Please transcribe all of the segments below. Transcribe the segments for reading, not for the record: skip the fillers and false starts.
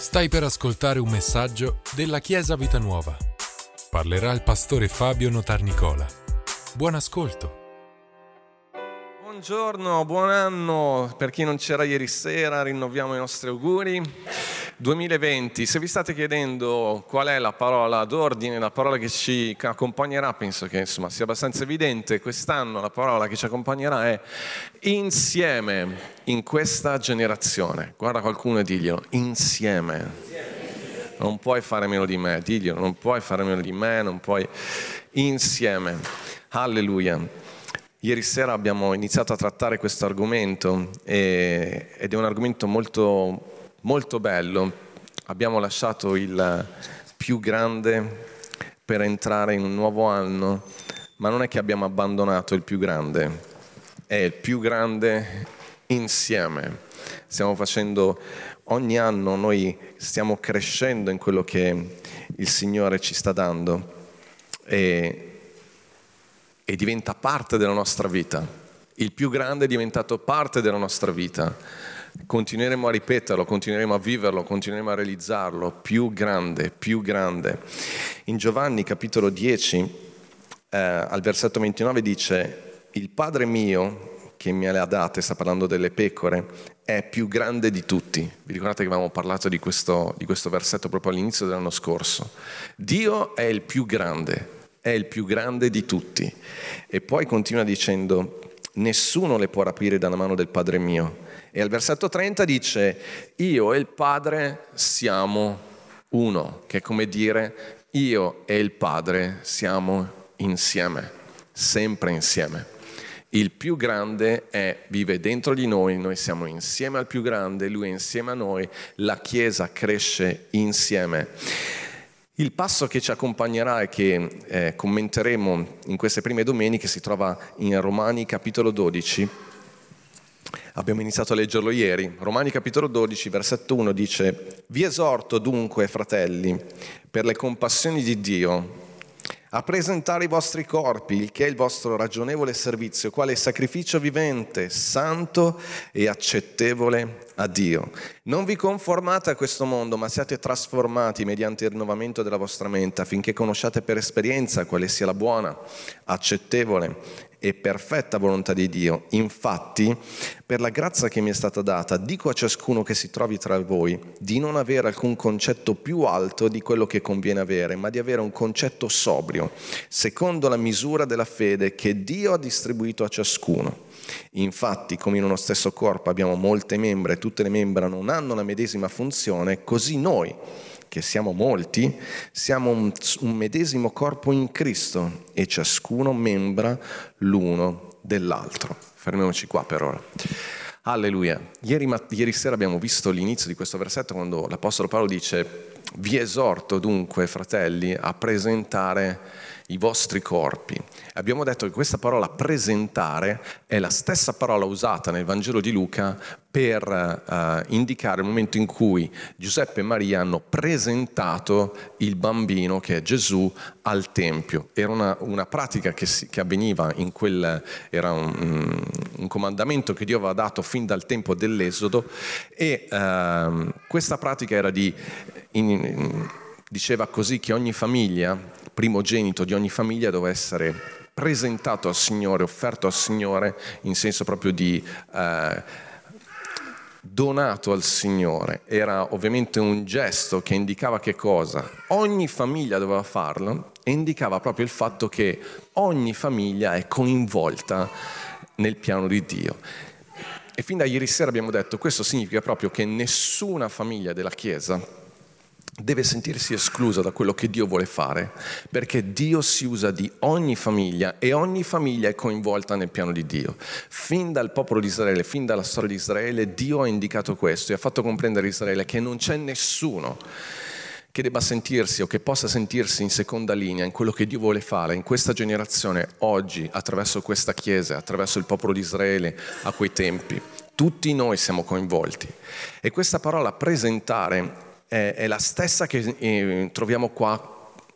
Stai per ascoltare un messaggio della Chiesa Vita Nuova. Parlerà il pastore Fabio Notarnicola. Buon ascolto. Buongiorno, buon anno. Per chi non c'era ieri sera, rinnoviamo i nostri auguri. 2020, se vi state chiedendo qual è la parola d'ordine, la parola che ci accompagnerà, penso che sia abbastanza evidente. Quest'anno la parola che ci accompagnerà è insieme in questa generazione. Guarda qualcuno e diglielo, insieme. Non puoi fare meno di me, diglielo, non puoi fare meno di me, non puoi. Insieme. Alleluia. Ieri sera abbiamo iniziato a trattare questo argomento ed è un argomento molto, molto bello. Abbiamo lasciato il più grande per entrare in un nuovo anno, ma non è che abbiamo abbandonato il più grande, è il più grande insieme. Stiamo facendo, ogni anno noi stiamo crescendo in quello che il Signore ci sta dando e diventa parte della nostra vita. Il più grande è diventato parte della nostra vita. Continueremo a ripeterlo, continueremo a viverlo, continueremo a realizzarlo. Più grande, più grande. In Giovanni capitolo 10, al versetto 29 dice: il Padre mio che me le ha date, sta parlando delle pecore, è più grande di tutti. Vi ricordate che avevamo parlato di questo versetto proprio all'inizio dell'anno scorso? Dio è il più grande. È il più grande di tutti. E poi continua dicendo: nessuno le può rapire dalla mano del Padre mio. E al versetto 30 dice: io e il Padre siamo uno, che è come dire io e il Padre siamo insieme, sempre insieme. Il più grande vive dentro di noi, noi siamo insieme al più grande, lui è insieme a noi, la Chiesa cresce insieme. Il passo che ci accompagnerà e che commenteremo in queste prime domeniche si trova in Romani capitolo 12. Abbiamo iniziato a leggerlo ieri. Romani capitolo 12, versetto 1 dice: vi esorto dunque, fratelli, per le compassioni di Dio, a presentare i vostri corpi, il che è il vostro ragionevole servizio, quale sacrificio vivente, santo e accettevole a Dio. Non vi conformate a questo mondo, ma siate trasformati mediante il rinnovamento della vostra mente, affinché conosciate per esperienza quale sia la buona, accettevole e perfetta volontà di Dio. Infatti, per la grazia che mi è stata data, dico a ciascuno che si trovi tra voi di non avere alcun concetto più alto di quello che conviene avere, ma di avere un concetto sobrio, secondo la misura della fede che Dio ha distribuito a ciascuno. Infatti, come in uno stesso corpo abbiamo molte membra e tutte le membra non hanno la medesima funzione, così noi, che siamo molti, siamo un medesimo corpo in Cristo e ciascuno membra l'uno dell'altro. Fermiamoci qua per ora. Alleluia. Ieri sera abbiamo visto l'inizio di questo versetto quando l'Apostolo Paolo dice: vi esorto dunque, fratelli, a presentare i vostri corpi. Abbiamo detto che questa parola presentare è la stessa parola usata nel Vangelo di Luca per indicare il momento in cui Giuseppe e Maria hanno presentato il bambino che è Gesù al Tempio. Era una pratica che avveniva era un comandamento che Dio aveva dato fin dal tempo dell'Esodo e questa pratica era diceva così che ogni famiglia, primogenito di ogni famiglia, doveva essere presentato al Signore, offerto al Signore in senso proprio di donato al Signore. Era ovviamente un gesto che indicava che cosa? Ogni famiglia doveva farlo e indicava proprio il fatto che ogni famiglia è coinvolta nel piano di Dio. E fin da ieri sera abbiamo detto questo significa proprio che nessuna famiglia della Chiesa deve sentirsi esclusa da quello che Dio vuole fare, perché Dio si usa di ogni famiglia e ogni famiglia è coinvolta nel piano di Dio. Fin dal popolo di Israele, fin dalla storia di Israele, Dio ha indicato questo e ha fatto comprendere a Israele che non c'è nessuno che debba sentirsi o che possa sentirsi in seconda linea in quello che Dio vuole fare in questa generazione, oggi, attraverso questa Chiesa, attraverso il popolo di Israele a quei tempi. Tutti noi siamo coinvolti. E questa parola presentare è la stessa che troviamo qua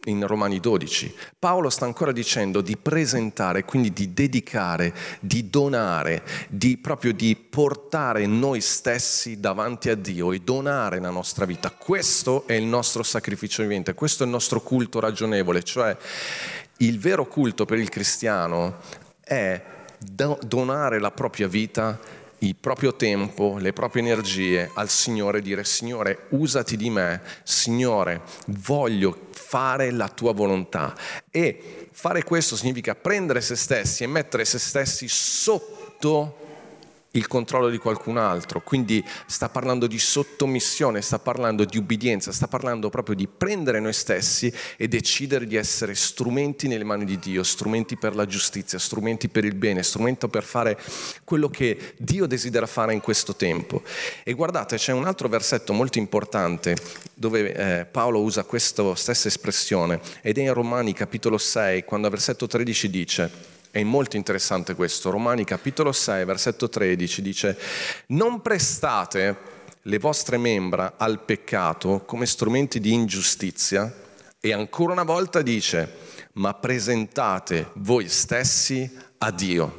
in Romani 12. Paolo sta ancora dicendo di presentare, quindi di dedicare, di donare, proprio di portare noi stessi davanti a Dio e donare la nostra vita. Questo è il nostro sacrificio vivente, questo è il nostro culto ragionevole, cioè il vero culto per il cristiano è donare la propria vita, il proprio tempo, le proprie energie al Signore, dire: Signore, usati di me, Signore, voglio fare la tua volontà. E fare questo significa prendere se stessi e mettere se stessi sotto il controllo di qualcun altro. Quindi sta parlando di sottomissione, sta parlando di ubbidienza, sta parlando proprio di prendere noi stessi e decidere di essere strumenti nelle mani di Dio, strumenti per la giustizia, strumenti per il bene, strumento per fare quello che Dio desidera fare in questo tempo. E guardate, c'è un altro versetto molto importante dove Paolo usa questa stessa espressione, ed è in Romani capitolo 6, quando al versetto 13 dice: è molto interessante questo, Romani capitolo 6, versetto 13 dice: non prestate le vostre membra al peccato come strumenti di ingiustizia, e ancora una volta dice: ma presentate voi stessi a Dio.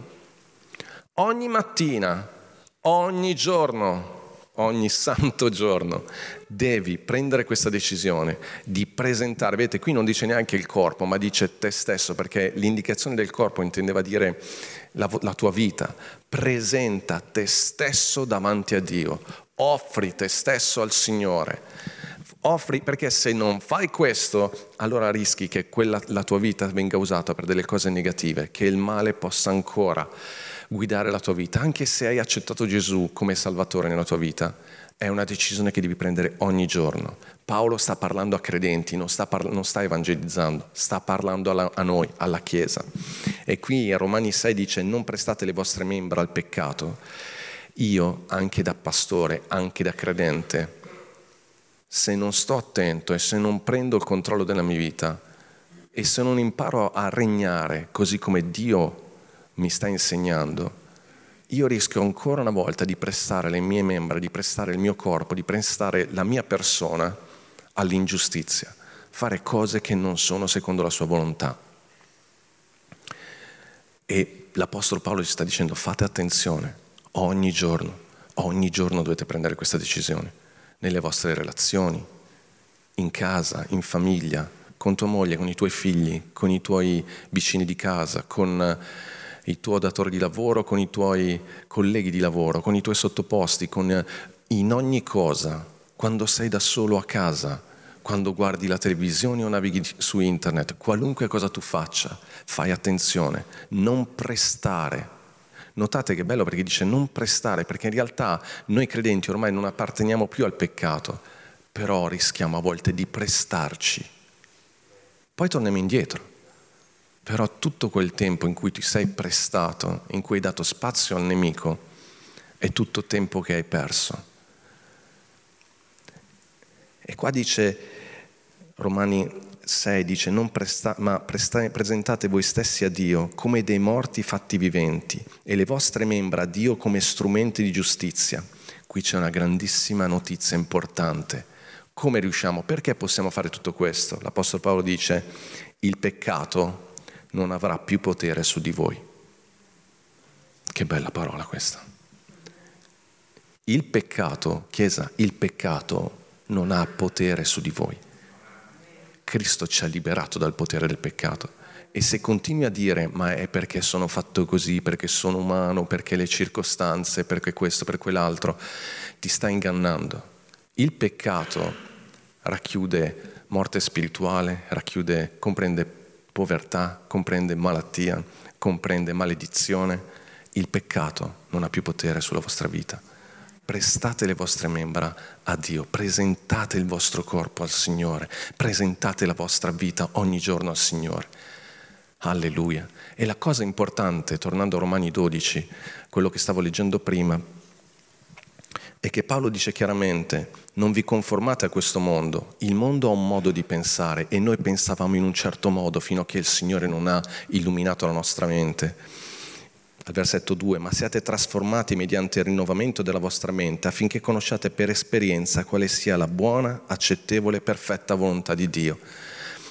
Ogni mattina, ogni giorno, ogni santo giorno devi prendere questa decisione di presentare. Vedete, qui non dice neanche il corpo, ma dice te stesso, perché l'indicazione del corpo intendeva dire la tua vita. Presenta te stesso davanti a Dio, offri te stesso al Signore. Offri, perché se non fai questo, allora rischi che la tua vita venga usata per delle cose negative, che il male possa ancora guidare la tua vita. Anche se hai accettato Gesù come Salvatore nella tua vita, è una decisione che devi prendere ogni giorno. Paolo sta parlando a credenti, non sta evangelizzando, sta parlando a noi, alla Chiesa. E qui a Romani 6 dice: non prestate le vostre membra al peccato. Io, anche da pastore, anche da credente, se non sto attento e se non prendo il controllo della mia vita e se non imparo a regnare così come Dio mi sta insegnando, io rischio ancora una volta di prestare le mie membra, di prestare il mio corpo, di prestare la mia persona all'ingiustizia, fare cose che non sono secondo la sua volontà. E l'Apostolo Paolo ci sta dicendo: fate attenzione, ogni giorno dovete prendere questa decisione, nelle vostre relazioni, in casa, in famiglia, con tua moglie, con i tuoi figli, con i tuoi vicini di casa, con il tuo datore di lavoro, con i tuoi colleghi di lavoro, con i tuoi sottoposti, in ogni cosa, quando sei da solo a casa, quando guardi la televisione o navighi su internet, qualunque cosa tu faccia, fai attenzione, non prestare. Notate che bello, perché dice non prestare, perché in realtà noi credenti ormai non apparteniamo più al peccato, però rischiamo a volte di prestarci. Poi torniamo indietro. Però tutto quel tempo in cui ti sei prestato, in cui hai dato spazio al nemico, è tutto tempo che hai perso. E qua dice, Romani 6 dice: presentate voi stessi a Dio come dei morti fatti viventi, e le vostre membra a Dio come strumenti di giustizia. Qui c'è una grandissima notizia importante. Come riusciamo? Perché possiamo fare tutto questo? L'Apostolo Paolo dice: il peccato non avrà più potere su di voi. Che bella parola questa. Il peccato, Chiesa, il peccato non ha potere su di voi. Cristo ci ha liberato dal potere del peccato. E se continui a dire: ma è perché sono fatto così, perché sono umano, perché le circostanze, perché questo, per quell'altro, ti sta ingannando. Il peccato racchiude morte spirituale, comprende povertà, comprende malattia, comprende maledizione. Il peccato non ha più potere sulla vostra vita. Prestate le vostre membra a Dio, presentate il vostro corpo al Signore, presentate la vostra vita ogni giorno al Signore. Alleluia. E la cosa importante, tornando a Romani 12, quello che stavo leggendo prima, è che Paolo dice chiaramente: non vi conformate a questo mondo, il mondo ha un modo di pensare e noi pensavamo in un certo modo fino a che il Signore non ha illuminato la nostra mente. Al versetto 2: ma siate trasformati mediante il rinnovamento della vostra mente, affinché conosciate per esperienza quale sia la buona, accettevole e perfetta volontà di Dio.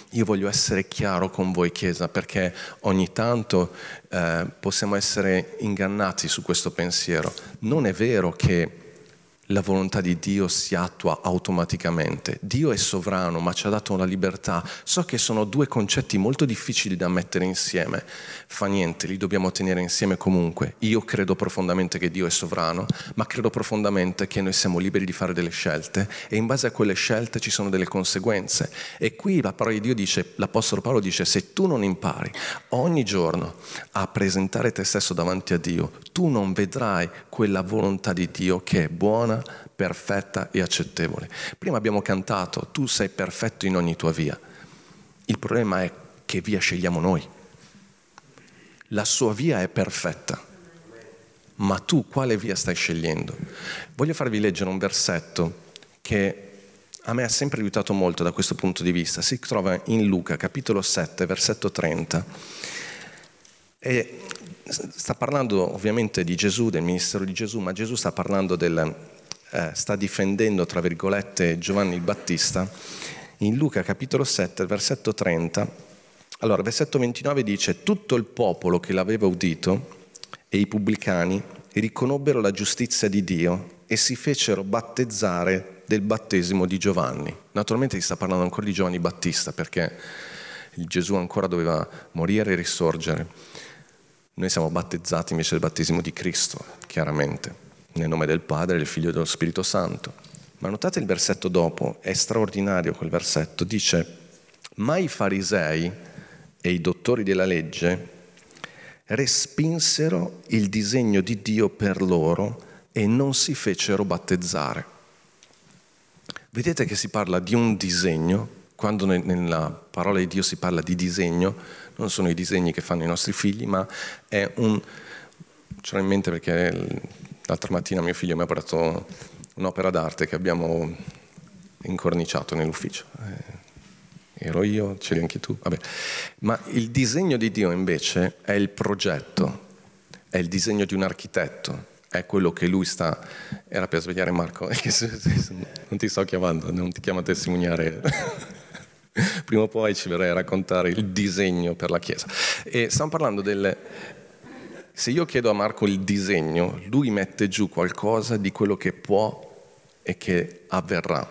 Io voglio essere chiaro con voi, Chiesa, perché ogni tanto possiamo essere ingannati su questo pensiero. Non è vero che la volontà di Dio si attua automaticamente. Dio è sovrano, ma ci ha dato la libertà. So che sono due concetti molto difficili da mettere insieme. Fa niente, li dobbiamo tenere insieme comunque. Io credo profondamente che Dio è sovrano, ma credo profondamente che noi siamo liberi di fare delle scelte e in base a quelle scelte ci sono delle conseguenze. E qui la parola di Dio dice, l'Apostolo Paolo dice, se tu non impari ogni giorno a presentare te stesso davanti a Dio, tu non vedrai quella volontà di Dio che è buona, perfetta e accettevole. Prima abbiamo cantato, tu sei perfetto in ogni tua via. Il problema è che via scegliamo noi. La sua via è perfetta, ma tu quale via stai scegliendo? Voglio farvi leggere un versetto che a me ha sempre aiutato molto da questo punto di vista. Si trova in Luca, capitolo 7, versetto 30. E sta parlando ovviamente di Gesù, del ministero di Gesù, ma Gesù sta parlando sta difendendo, tra virgolette, Giovanni il Battista. In Luca capitolo 7, versetto 30, allora, versetto 29 dice: tutto il popolo che l'aveva udito e i pubblicani riconobbero la giustizia di Dio e si fecero battezzare del battesimo di Giovanni. Naturalmente si sta parlando ancora di Giovanni Battista, perché Gesù ancora doveva morire e risorgere. Noi siamo battezzati invece del battesimo di Cristo, chiaramente, nel nome del Padre, del Figlio e dello Spirito Santo. Ma notate il versetto dopo, è straordinario quel versetto, dice: ma i farisei e i dottori della legge respinsero il disegno di Dio per loro e non si fecero battezzare. Vedete che si parla di un disegno, quando nella parola di Dio si parla di disegno, non sono i disegni che fanno i nostri figli, ma è ce l'ho in mente perché l'altra mattina mio figlio mi ha portato un'opera d'arte che abbiamo incorniciato nell'ufficio. Ero io, ce l'hai anche tu, vabbè. Ma il disegno di Dio invece è il progetto, è il disegno di un architetto, è quello che lui era per svegliare Marco, non ti sto chiamando, non ti chiamo a testimoniare, prima o poi ci verrai a raccontare il disegno per la Chiesa. E stiamo parlando se io chiedo a Marco il disegno, lui mette giù qualcosa di quello che può e che avverrà.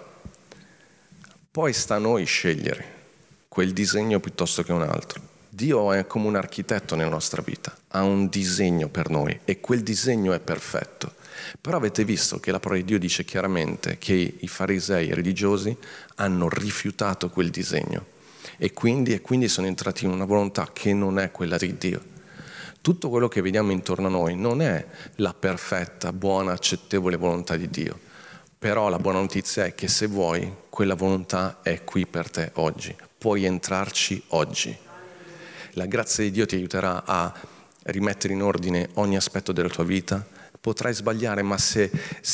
Poi sta a noi scegliere quel disegno piuttosto che un altro. Dio è come un architetto nella nostra vita, ha un disegno per noi e quel disegno è perfetto. Però avete visto che la parola di Dio dice chiaramente che i farisei religiosi hanno rifiutato quel disegno e quindi sono entrati in una volontà che non è quella di Dio. Tutto quello che vediamo intorno a noi non è la perfetta, buona, accettevole volontà di Dio. Però la buona notizia è che se vuoi, quella volontà è qui per te oggi. Puoi entrarci oggi. La grazia di Dio ti aiuterà a rimettere in ordine ogni aspetto della tua vita. Potrai sbagliare, ma se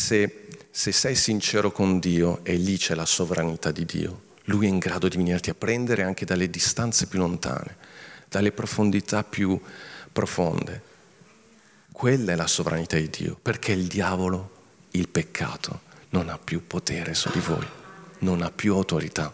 sei sincero con Dio, e lì c'è la sovranità di Dio, Lui è in grado di venirti a prendere anche dalle distanze più lontane, dalle profondità più profonde. Quella è la sovranità di Dio, perché il diavolo, il peccato, non ha più potere su di voi, non ha più autorità.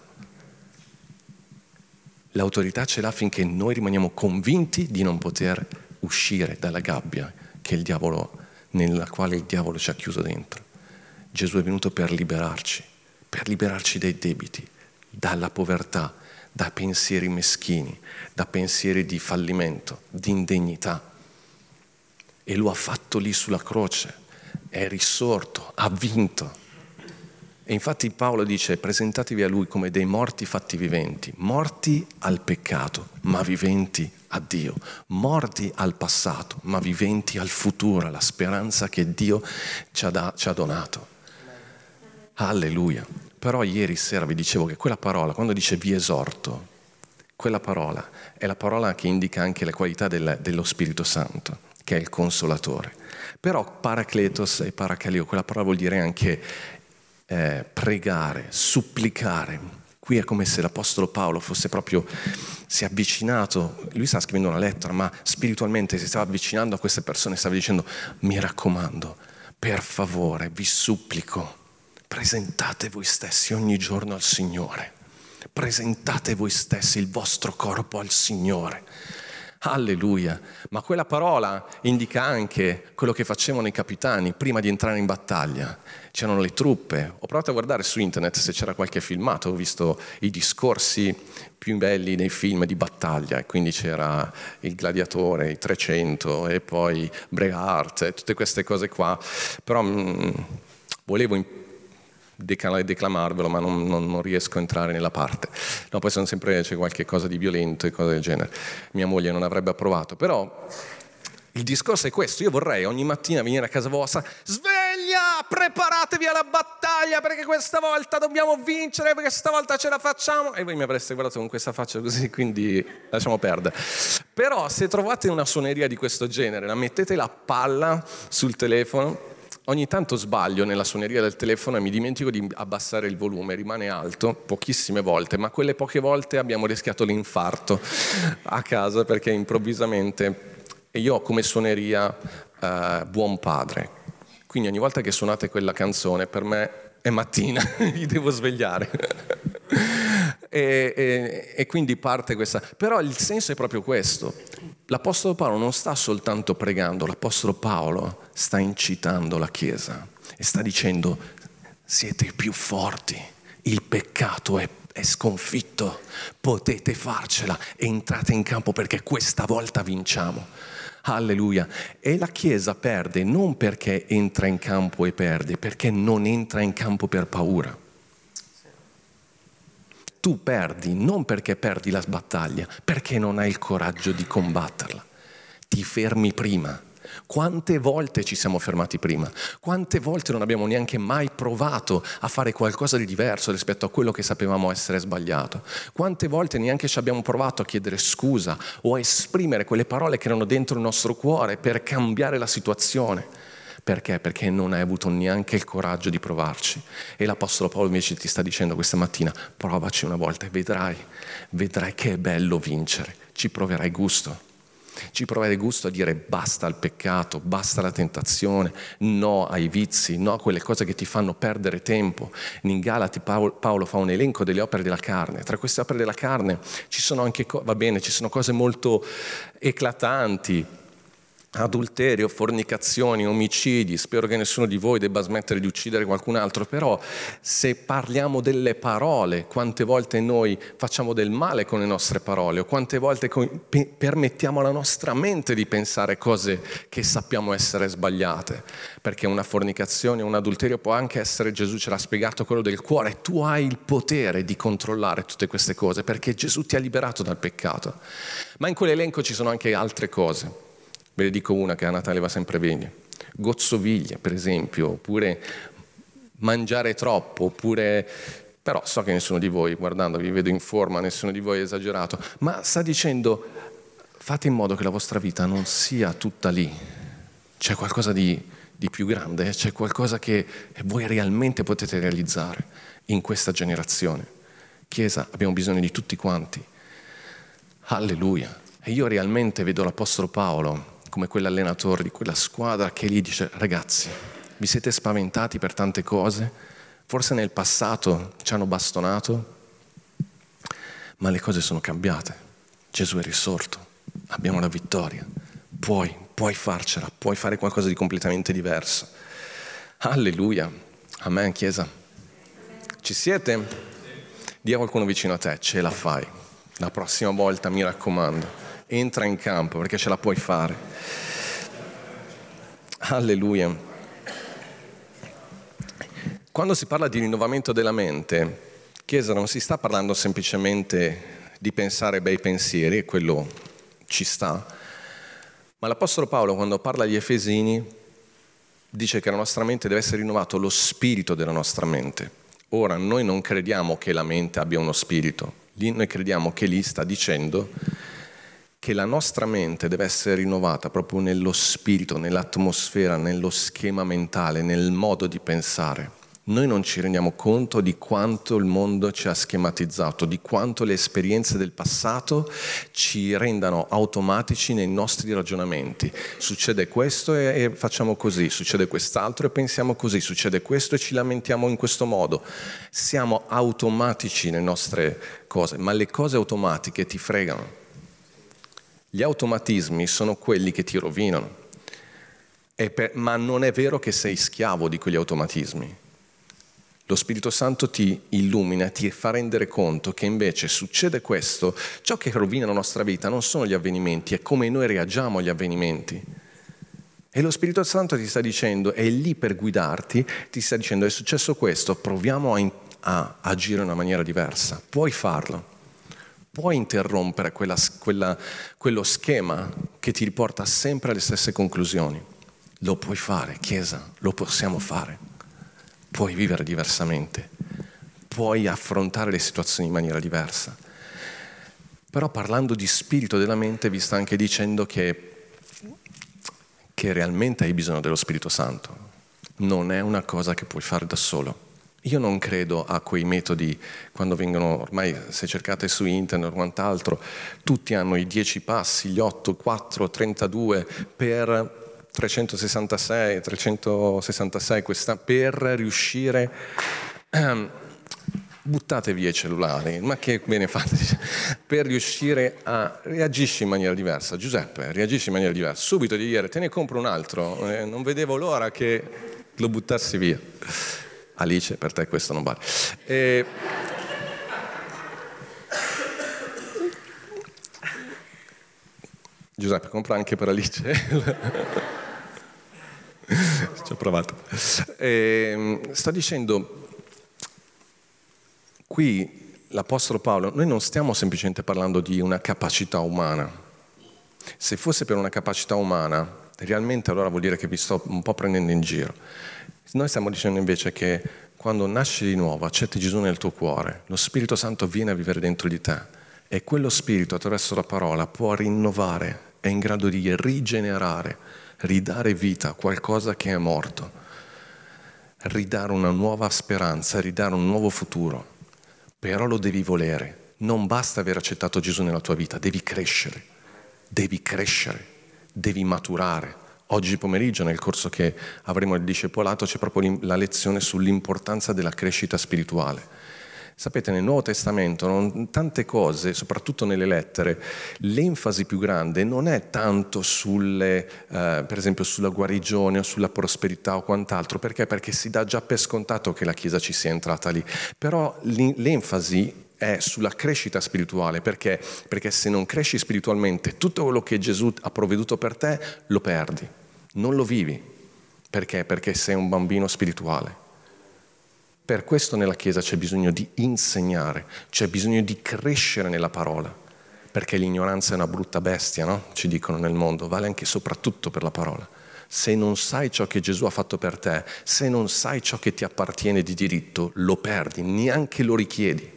L'autorità ce l'ha finché noi rimaniamo convinti di non poter uscire dalla gabbia nella quale il diavolo ci ha chiuso dentro. Gesù è venuto per liberarci dai debiti, dalla povertà, da pensieri meschini, da pensieri di fallimento, di indegnità. E lo ha fatto lì sulla croce, è risorto, ha vinto. E infatti Paolo dice: presentatevi a Lui come dei morti fatti viventi, morti al peccato, ma viventi a Dio, morti al passato, ma viventi al futuro, alla speranza che Dio ci ha donato. Alleluia. Però ieri sera vi dicevo che quella parola, quando dice vi esorto, quella parola è la parola che indica anche le qualità dello Spirito Santo, che è il Consolatore. Però Paracletos e Paracaleo, quella parola vuol dire anche pregare, supplicare. Qui è come se l'Apostolo Paolo si è avvicinato, lui sta scrivendo una lettera, ma spiritualmente si stava avvicinando a queste persone, stava dicendo: mi raccomando, per favore, vi supplico, presentate voi stessi ogni giorno al Signore. presentate voi stessi, il vostro corpo al Signore. Alleluia. Ma quella parola indica anche quello che facevano i capitani prima di entrare in battaglia. C'erano le truppe. Ho provato a guardare su internet se c'era qualche filmato, ho visto i discorsi più belli nei film di battaglia, e quindi c'era il gladiatore, i 300 e poi Braveheart e tutte queste cose qua. Però volevo declamarvelo, ma non riesco a entrare nella parte. No, poi c'è qualche cosa di violento e cose del genere. Mia moglie non avrebbe approvato. Però il discorso è questo: io vorrei ogni mattina venire a casa vostra, sveglia, preparatevi alla battaglia perché questa volta dobbiamo vincere, perché questa volta ce la facciamo, e voi mi avreste guardato con questa faccia così, quindi lasciamo perdere. Però se trovate una suoneria di questo genere, la mettete la palla sul telefono. Ogni tanto sbaglio nella suoneria del telefono e mi dimentico di abbassare il volume, rimane alto pochissime volte, ma quelle poche volte abbiamo rischiato l'infarto a casa perché improvvisamente, e io ho come suoneria Buon Padre, quindi ogni volta che suonate quella canzone per me è mattina, vi devo svegliare. E quindi parte questa. Però il senso è proprio questo. L'Apostolo Paolo non sta soltanto pregando, l'Apostolo Paolo sta incitando la Chiesa e sta dicendo: siete più forti, il peccato è sconfitto, potete farcela, entrate in campo perché questa volta vinciamo. Alleluia. E la Chiesa perde non perché entra in campo e perde, perché non entra in campo per paura. Tu perdi non perché perdi la battaglia, perché non hai il coraggio di combatterla. Ti fermi prima. Quante volte ci siamo fermati prima? Quante volte non abbiamo neanche mai provato a fare qualcosa di diverso rispetto a quello che sapevamo essere sbagliato? Quante volte neanche ci abbiamo provato a chiedere scusa o a esprimere quelle parole che erano dentro il nostro cuore per cambiare la situazione? Perché? Perché non hai avuto neanche il coraggio di provarci. E l'Apostolo Paolo invece ti sta dicendo questa mattina: provaci una volta e vedrai che è bello vincere. Ci proverai gusto. Ci proverai gusto a dire basta al peccato, basta alla tentazione, no ai vizi, no a quelle cose che ti fanno perdere tempo. In Galati Paolo fa un elenco delle opere della carne. Tra queste opere della carne ci sono anche ci sono cose molto eclatanti: adulterio, fornicazioni, omicidi. Spero che nessuno di voi debba smettere di uccidere qualcun altro, però se parliamo delle parole, quante volte noi facciamo del male con le nostre parole, o quante volte permettiamo alla nostra mente di pensare cose che sappiamo essere sbagliate, perché una fornicazione, un adulterio può anche essere, Gesù ce l'ha spiegato, quello del cuore. Tu hai il potere di controllare tutte queste cose perché Gesù ti ha liberato dal peccato. Ma in quell'elenco ci sono anche altre cose. Ve ne dico una che a Natale va sempre bene: gozzoviglie, per esempio, oppure mangiare troppo, oppure... Però so che nessuno di voi, guardando, vi vedo in forma, nessuno di voi è esagerato, ma sta dicendo: fate in modo che la vostra vita non sia tutta lì. C'è qualcosa di più grande, c'è qualcosa che voi realmente potete realizzare in questa generazione. Chiesa, abbiamo bisogno di tutti quanti. Alleluia. E io realmente vedo l'Apostolo Paolo come quell'allenatore di quella squadra che gli dice: ragazzi, vi siete spaventati per tante cose, forse nel passato ci hanno bastonato, ma le cose sono cambiate. Gesù è risorto, abbiamo la vittoria, puoi farcela, puoi fare qualcosa di completamente diverso. Alleluia. Amen, Chiesa. Ci siete? Dì a qualcuno vicino a te: ce la fai. La prossima volta, mi raccomando, entra in campo perché ce la puoi fare. Alleluia. Quando si parla di rinnovamento della mente, Chiesa, non si sta parlando semplicemente di pensare bei pensieri, e quello ci sta, ma l'Apostolo Paolo, quando parla agli Efesini, dice che la nostra mente deve essere rinnovato, lo spirito della nostra mente. Ora, noi non crediamo che la mente abbia uno spirito, noi crediamo che lì sta dicendo che la nostra mente deve essere rinnovata proprio nello spirito, nell'atmosfera, nello schema mentale, nel modo di pensare. Noi non ci rendiamo conto di quanto il mondo ci ha schematizzato, di quanto le esperienze del passato ci rendano automatici nei nostri ragionamenti. Succede questo e facciamo così, succede quest'altro e pensiamo così, succede questo e ci lamentiamo in questo modo. Siamo automatici nelle nostre cose, ma le cose automatiche ti fregano. Gli automatismi sono quelli che ti rovinano. Ma non è vero che sei schiavo di quegli automatismi. Lo Spirito Santo ti illumina, ti fa rendere conto che invece succede questo. Ciò che rovina la nostra vita non sono gli avvenimenti, è come noi reagiamo agli avvenimenti. E lo Spirito Santo ti sta dicendo, è lì per guidarti, ti sta dicendo è successo questo, proviamo a agire in una maniera diversa. Puoi farlo, puoi interrompere quello schema che ti riporta sempre alle stesse conclusioni. Lo puoi fare, Chiesa, lo possiamo fare. Puoi vivere diversamente, puoi affrontare le situazioni in maniera diversa. Però parlando di spirito della mente vi sta anche dicendo che realmente hai bisogno dello Spirito Santo. Non è una cosa che puoi fare da solo. Io non credo a quei metodi, quando vengono, ormai se cercate su internet o quant'altro, tutti hanno i 10 passi, gli 8, 4, 32 per 366, per riuscire, buttate via i cellulari, ma che bene fate, per riuscire a reagisci in maniera diversa. Giuseppe, reagisci in maniera diversa. Subito di dire, te ne compro un altro, non vedevo l'ora che lo buttassi via. Alice, per te questo non vale. Giuseppe, compra anche per Alice. Ci ho provato. Sta dicendo qui l'Apostolo Paolo, noi non stiamo semplicemente parlando di una capacità umana. Se fosse per una capacità umana, realmente allora vuol dire che vi sto un po' prendendo in giro. Noi stiamo dicendo invece che quando nasci di nuovo, accetti Gesù nel tuo cuore, lo Spirito Santo viene a vivere dentro di te e quello Spirito attraverso la parola può rinnovare, è in grado di rigenerare, ridare vita a qualcosa che è morto, ridare una nuova speranza, ridare un nuovo futuro. Però lo devi volere. Non basta aver accettato Gesù nella tua vita, devi crescere, devi maturare. Oggi pomeriggio, nel corso che avremo il discepolato, c'è proprio la lezione sull'importanza della crescita spirituale. Sapete, nel Nuovo Testamento, tante cose, soprattutto nelle lettere, l'enfasi più grande non è tanto per esempio sulla guarigione o sulla prosperità o quant'altro, perché? Perché si dà già per scontato che la Chiesa ci sia entrata lì. Però l'enfasi è sulla crescita spirituale, perché? Perché se non cresci spiritualmente, tutto quello che Gesù ha provveduto per te lo perdi, non lo vivi. Perché? Perché sei un bambino spirituale. Per questo nella Chiesa c'è bisogno di insegnare, c'è bisogno di crescere nella parola, perché l'ignoranza è una brutta bestia, no? Ci dicono nel mondo, vale anche soprattutto per la parola. Se non sai ciò che Gesù ha fatto per te, se non sai ciò che ti appartiene di diritto, lo perdi, neanche lo richiedi.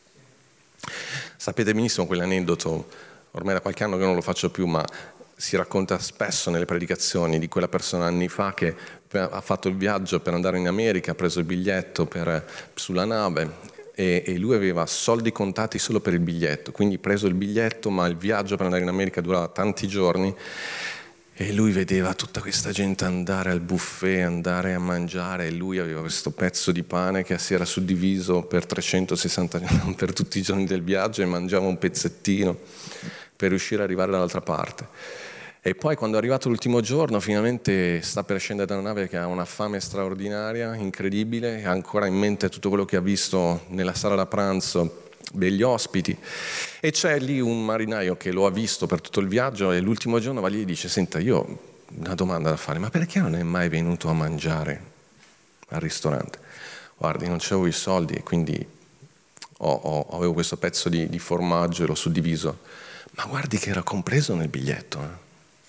Sapete benissimo quell'aneddoto, ormai da qualche anno che non lo faccio più, ma si racconta spesso nelle predicazioni di quella persona anni fa che ha fatto il viaggio per andare in America, ha preso il biglietto sulla nave e lui aveva soldi contati solo per il biglietto, quindi ha preso il biglietto, ma il viaggio per andare in America durava tanti giorni e lui vedeva tutta questa gente andare al buffet, andare a mangiare e lui aveva questo pezzo di pane che si era suddiviso per 360 giorni, per tutti i giorni del viaggio, e mangiava un pezzettino per riuscire ad arrivare dall'altra parte. E poi quando è arrivato l'ultimo giorno, finalmente sta per scendere dalla nave che ha una fame straordinaria, incredibile, ha ancora in mente tutto quello che ha visto nella sala da pranzo degli ospiti, e c'è lì un marinaio che lo ha visto per tutto il viaggio e l'ultimo giorno va lì e dice: senta, io ho una domanda da fare, ma perché non è mai venuto a mangiare al ristorante? Guardi, non c'avevo i soldi e quindi avevo questo pezzo di formaggio e l'ho suddiviso, ma guardi che era compreso nel biglietto,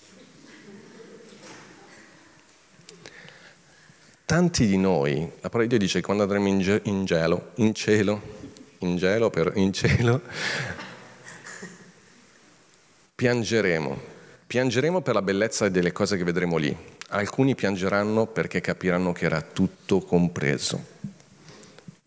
Tanti di noi, la parola di Dio dice che quando andremo in cielo, piangeremo per la bellezza delle cose che vedremo lì. Alcuni piangeranno perché capiranno che era tutto compreso.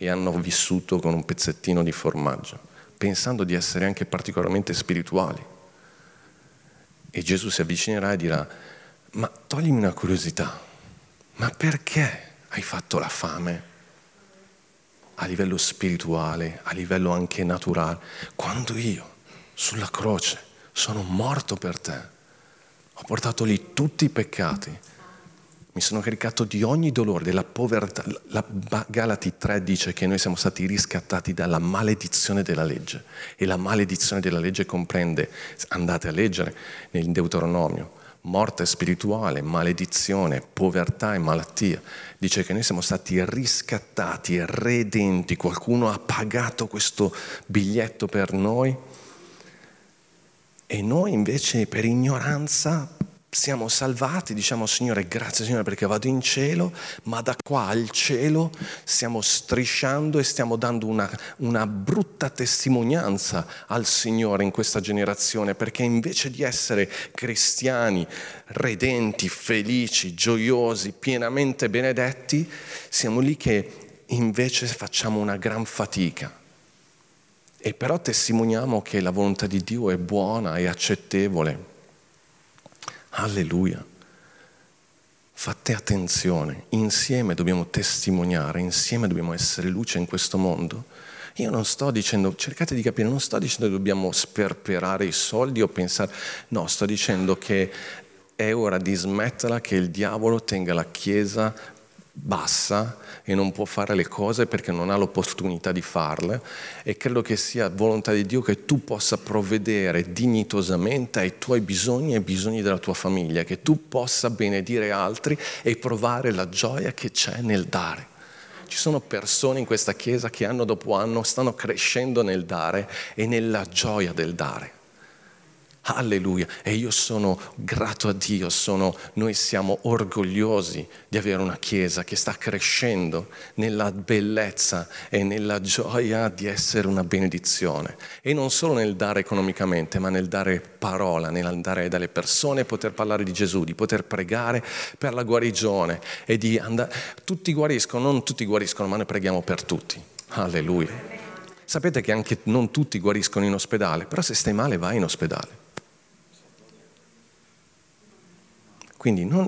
e hanno vissuto con un pezzettino di formaggio, pensando di essere anche particolarmente spirituali. E Gesù si avvicinerà e dirà: ma toglimi una curiosità, ma perché hai fatto la fame a livello spirituale, a livello anche naturale, quando io sulla croce sono morto per te, ho portato lì tutti i peccati, mi sono caricato di ogni dolore, della povertà. Galati 3 dice che noi siamo stati riscattati dalla maledizione della legge, e la maledizione della legge comprende, andate a leggere nel Deuteronomio, morte spirituale, maledizione, povertà e malattia. Dice che noi siamo stati riscattati e redenti, qualcuno ha pagato questo biglietto per noi, e noi invece per ignoranza siamo salvati, diciamo: Signore, grazie Signore perché vado in cielo, ma da qua al cielo stiamo strisciando e stiamo dando una brutta testimonianza al Signore in questa generazione, perché invece di essere cristiani, redenti, felici, gioiosi, pienamente benedetti, siamo lì che invece facciamo una gran fatica. E però testimoniamo che la volontà di Dio è buona e accettevole. Alleluia. Fate attenzione, insieme dobbiamo testimoniare, insieme dobbiamo essere luce in questo mondo. Io non sto dicendo, cercate di capire, non sto dicendo che dobbiamo sperperare i soldi o pensare, no, sto dicendo che è ora di smetterla che il diavolo tenga la Chiesa bassa e non può fare le cose perché non ha l'opportunità di farle, e credo che sia volontà di Dio che tu possa provvedere dignitosamente ai tuoi bisogni e ai bisogni della tua famiglia, che tu possa benedire altri e provare la gioia che c'è nel dare. Ci sono persone in questa Chiesa che anno dopo anno stanno crescendo nel dare e nella gioia del dare. Alleluia. E io sono grato a Dio, noi siamo orgogliosi di avere una Chiesa che sta crescendo nella bellezza e nella gioia di essere una benedizione. E non solo nel dare economicamente, ma nel dare parola, nel dare dalle persone, poter parlare di Gesù, di poter pregare per la guarigione e di andare. Tutti guariscono, non tutti guariscono, ma noi preghiamo per tutti. Alleluia. Sapete che anche non tutti guariscono in ospedale, però se stai male vai in ospedale. Quindi non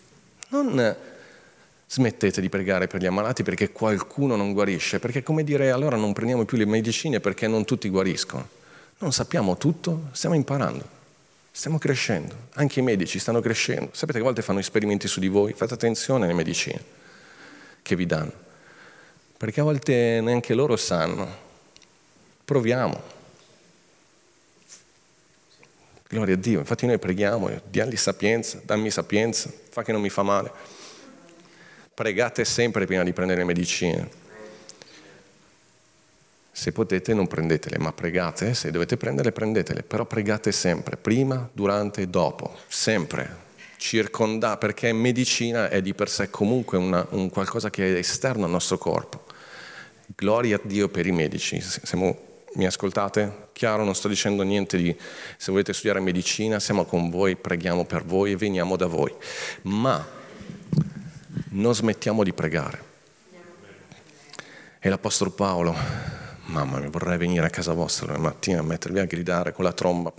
smettete di pregare per gli ammalati perché qualcuno non guarisce, perché è come dire allora non prendiamo più le medicine perché non tutti guariscono. Non sappiamo tutto, stiamo imparando, stiamo crescendo, anche i medici stanno crescendo. Sapete che a volte fanno esperimenti su di voi? Fate attenzione alle medicine che vi danno, perché a volte neanche loro sanno. Proviamo. Gloria a Dio, infatti noi preghiamo, dammi sapienza, fa che non mi fa male. Pregate sempre prima di prendere le medicine. Se potete non prendetele, ma pregate, se dovete prenderle prendetele, però pregate sempre, prima, durante e dopo, sempre. Perché medicina è di per sé comunque un qualcosa che è esterno al nostro corpo. Gloria a Dio per i medici, mi ascoltate? Chiaro, non sto dicendo niente di se volete studiare medicina, siamo con voi, preghiamo per voi e veniamo da voi. Ma non smettiamo di pregare. E l'Apostolo Paolo, mamma mia, vorrei venire a casa vostra la mattina a mettervi a gridare con la tromba.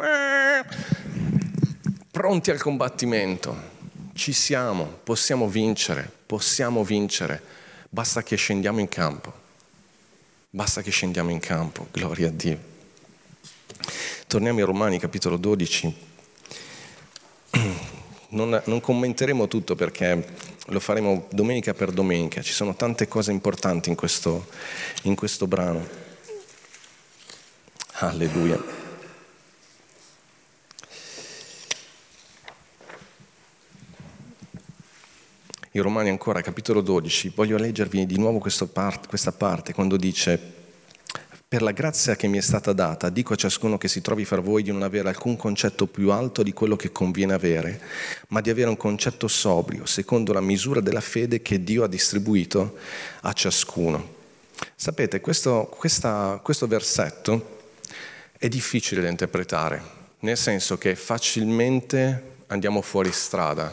Pronti al combattimento. Ci siamo, possiamo vincere. Basta che scendiamo in campo. Gloria a Dio. Torniamo in Romani, capitolo 12. Non commenteremo tutto perché lo faremo domenica per domenica. Ci sono tante cose importanti in questo brano. Alleluia. In Romani ancora, capitolo 12, voglio leggervi di nuovo questa parte, quando dice: per la grazia che mi è stata data, dico a ciascuno che si trovi fra voi di non avere alcun concetto più alto di quello che conviene avere, ma di avere un concetto sobrio, secondo la misura della fede che Dio ha distribuito a ciascuno. Sapete, questo versetto è difficile da interpretare, nel senso che facilmente andiamo fuori strada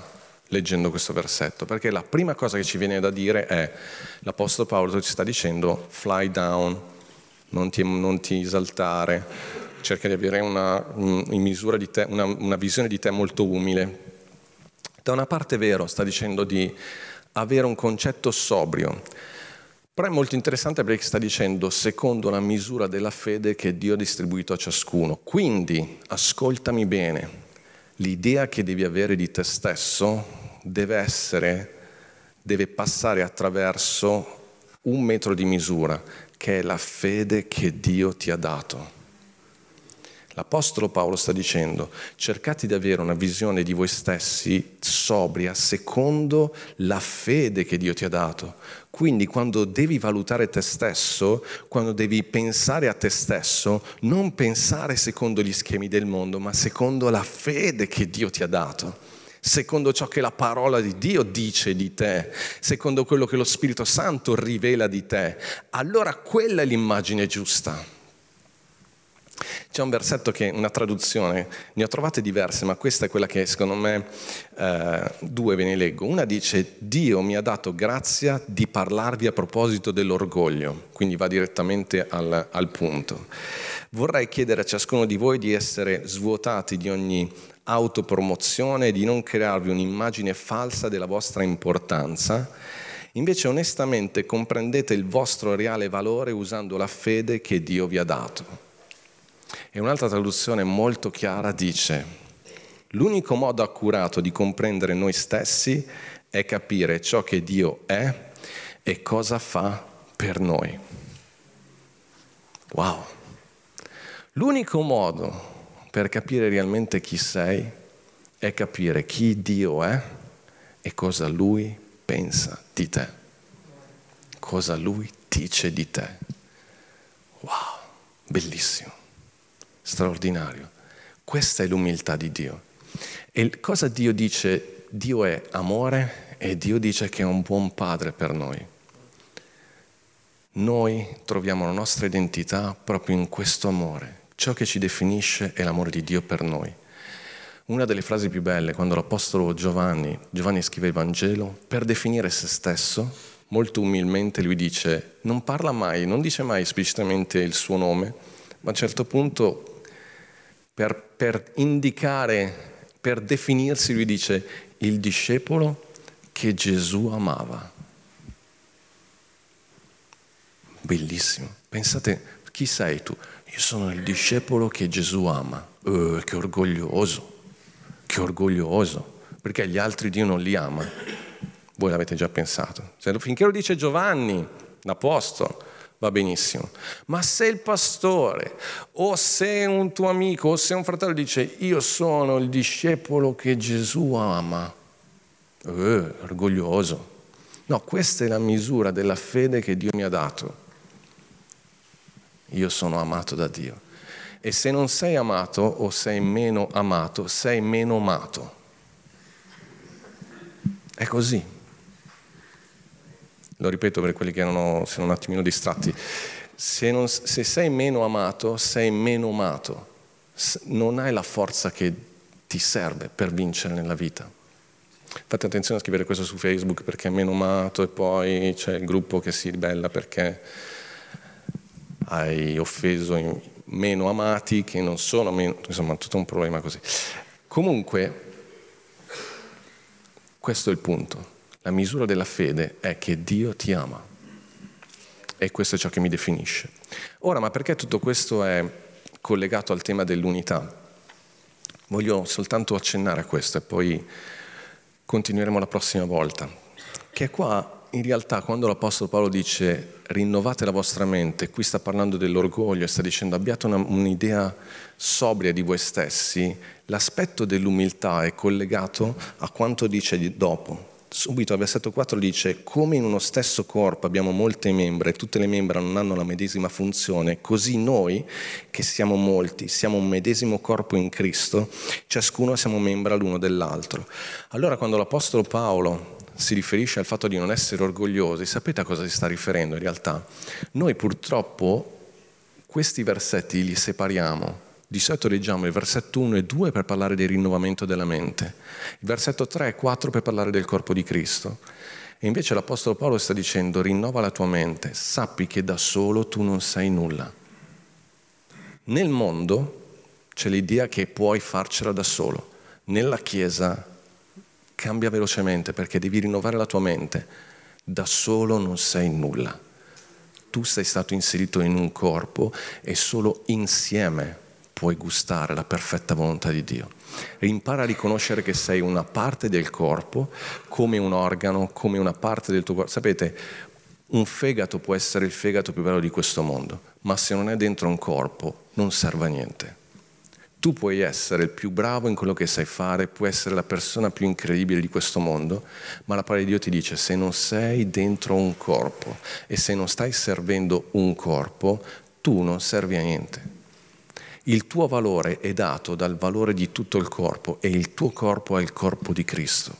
leggendo questo versetto, perché la prima cosa che ci viene da dire è: l'Apostolo Paolo ci sta dicendo fly down, non ti esaltare, cerca di avere in misura di te, una visione di te molto umile. Da una parte è vero, sta dicendo di avere un concetto sobrio, però è molto interessante perché sta dicendo secondo la misura della fede che Dio ha distribuito a ciascuno. Quindi, ascoltami bene, l'idea che devi avere di te stesso deve passare attraverso un metro di misura, che è la fede che Dio ti ha dato. L'Apostolo Paolo sta dicendo: cercate di avere una visione di voi stessi sobria, secondo la fede che Dio ti ha dato. Quindi quando devi valutare te stesso, quando devi pensare a te stesso, non pensare secondo gli schemi del mondo, ma secondo la fede che Dio ti ha dato, secondo ciò che la parola di Dio dice di te, secondo quello che lo Spirito Santo rivela di te. Allora quella è l'immagine giusta. C'è un versetto che, una traduzione, ne ho trovate diverse, ma questa è quella che secondo me, due ve ne leggo. Una dice: Dio mi ha dato grazia di parlarvi a proposito dell'orgoglio, quindi va direttamente al punto. Vorrei chiedere a ciascuno di voi di essere svuotati di ogni autopromozione, di non crearvi un'immagine falsa della vostra importanza. Invece onestamente comprendete il vostro reale valore usando la fede che Dio vi ha dato. E un'altra traduzione molto chiara dice: l'unico modo accurato di comprendere noi stessi è capire ciò che Dio è e cosa fa per noi. Wow! L'unico modo per capire realmente chi sei è capire chi Dio è e cosa Lui pensa di te, cosa Lui dice di te. Wow! Bellissimo! Straordinario. Questa è l'umiltà di Dio. E cosa Dio dice? Dio è amore e Dio dice che è un buon padre per noi. Noi troviamo la nostra identità proprio in questo amore. Ciò che ci definisce è l'amore di Dio per noi. Una delle frasi più belle, quando l'Apostolo Giovanni scrive il Vangelo, per definire se stesso, molto umilmente lui dice, non dice mai esplicitamente il suo nome, ma a un certo punto per indicare, per definirsi, lui dice il discepolo che Gesù amava. Bellissimo. Pensate, chi sei tu? Io sono il discepolo che Gesù ama. Che orgoglioso, perché gli altri Dio non li ama. Voi l'avete già pensato. Finché lo dice Giovanni, l'apostolo, va benissimo. Ma se il pastore, o se un tuo amico, o se un fratello dice io sono il discepolo che Gesù ama, orgoglioso. No, questa è la misura della fede che Dio mi ha dato. Io sono amato da Dio. E se non sei amato o sei meno amato, sei meno amato. È così. Lo ripeto per quelli che sono un attimino distratti. Se sei meno amato, sei meno amato. Non hai la forza che ti serve per vincere nella vita. Fate attenzione a scrivere questo su Facebook perché è meno amato e poi c'è il gruppo che si ribella perché hai offeso i meno amati che non sono meno, insomma tutto un problema così. Comunque, questo è il punto. La misura della fede è che Dio ti ama e questo è ciò che mi definisce. Ora, ma perché tutto questo è collegato al tema dell'unità? Voglio soltanto accennare a questo e poi continueremo la prossima volta. Che qua, in realtà, quando l'Apostolo Paolo dice rinnovate la vostra mente, qui sta parlando dell'orgoglio e sta dicendo abbiate un'idea sobria di voi stessi, l'aspetto dell'umiltà è collegato a quanto dice dopo. Subito al versetto 4 dice come in uno stesso corpo abbiamo molte membra e tutte le membra non hanno la medesima funzione, così noi che siamo molti, siamo un medesimo corpo in Cristo, ciascuno siamo membra l'uno dell'altro. Allora quando l'Apostolo Paolo si riferisce al fatto di non essere orgogliosi, sapete a cosa si sta riferendo in realtà? Noi purtroppo questi versetti li separiamo Di solito leggiamo il versetto 1 e 2 per parlare del rinnovamento della mente, il versetto 3 e 4 per parlare del corpo di Cristo. E invece l'Apostolo Paolo sta dicendo: rinnova la tua mente, sappi che da solo tu non sei nulla. Nel mondo c'è l'idea che puoi farcela da solo. Nella Chiesa cambia velocemente, perché devi rinnovare la tua mente. Da solo non sei nulla. Tu sei stato inserito in un corpo e solo insieme puoi gustare la perfetta volontà di Dio. E impara a riconoscere che sei una parte del corpo, come un organo, come una parte del tuo corpo. Sapete, un fegato può essere il fegato più bello di questo mondo, ma se non è dentro un corpo non serve a niente. Tu puoi essere il più bravo in quello che sai fare, puoi essere la persona più incredibile di questo mondo, ma la parola di Dio ti dice: se non sei dentro un corpo e se non stai servendo un corpo, tu non servi a niente. Il tuo valore è dato dal valore di tutto il corpo e il tuo corpo è il corpo di Cristo.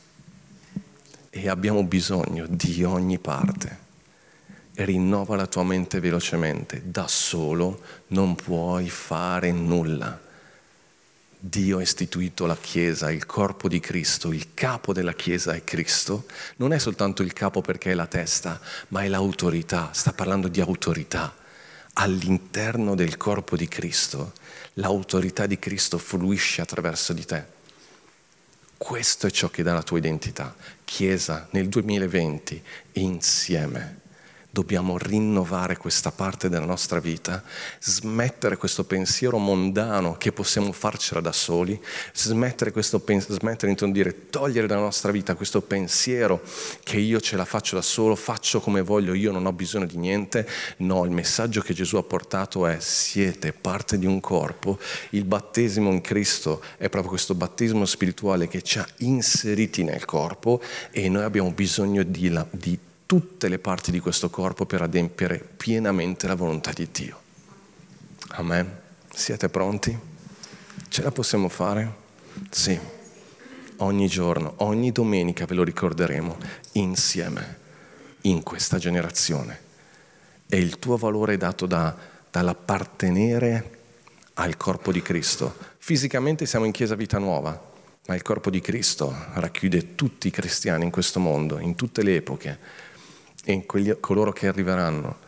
E abbiamo bisogno di ogni parte. Rinnova la tua mente velocemente. Da solo non puoi fare nulla. Dio ha istituito la Chiesa, il corpo di Cristo, il capo della Chiesa è Cristo. Non è soltanto il capo perché è la testa, ma è l'autorità. Sta parlando di autorità. All'interno del corpo di Cristo, l'autorità di Cristo fluisce attraverso di te. Questo è ciò che dà la tua identità. Chiesa, nel 2020, insieme, dobbiamo rinnovare questa parte della nostra vita, smettere questo pensiero mondano che possiamo farcela da soli, smettere di dire, togliere dalla nostra vita questo pensiero che io ce la faccio da solo, faccio come voglio, io non ho bisogno di niente. No, il messaggio che Gesù ha portato è: siete parte di un corpo. Il battesimo in Cristo è proprio questo battesimo spirituale che ci ha inseriti nel corpo, e noi abbiamo bisogno di tutte le parti di questo corpo per adempiere pienamente la volontà di Dio. Amen. Siete pronti? Ce la possiamo fare? Sì. Ogni giorno, ogni domenica ve lo ricorderemo insieme in questa generazione. E il tuo valore è dato dall'appartenere al corpo di Cristo. Fisicamente siamo in Chiesa Vita Nuova, ma il corpo di Cristo racchiude tutti i cristiani in questo mondo, in tutte le epoche, e in coloro che arriveranno.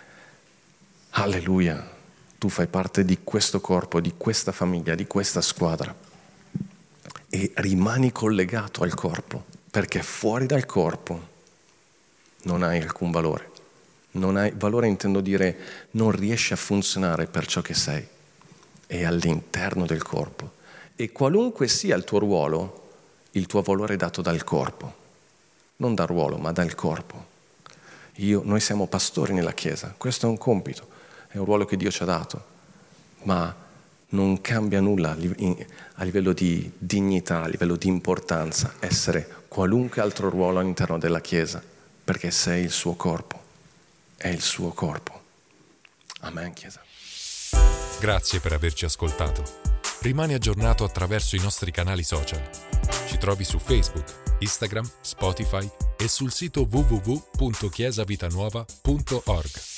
Alleluia, tu fai parte di questo corpo, di questa famiglia, di questa squadra, e rimani collegato al corpo, perché fuori dal corpo non hai alcun valore. Non hai valore, intendo dire, non riesci a funzionare per ciò che sei. È all'interno del corpo, e qualunque sia il tuo ruolo, il tuo valore è dato dal corpo, non dal ruolo, ma dal corpo. Noi siamo pastori nella Chiesa, questo è un compito, è un ruolo che Dio ci ha dato, ma non cambia nulla a livello di dignità, a livello di importanza, essere qualunque altro ruolo all'interno della Chiesa, perché sei il suo corpo, è il suo corpo. Amen, Chiesa. Grazie per averci ascoltato. Rimani aggiornato attraverso i nostri canali social. Ci trovi su Facebook, Instagram, Spotify e sul sito www.chiesavitanuova.org.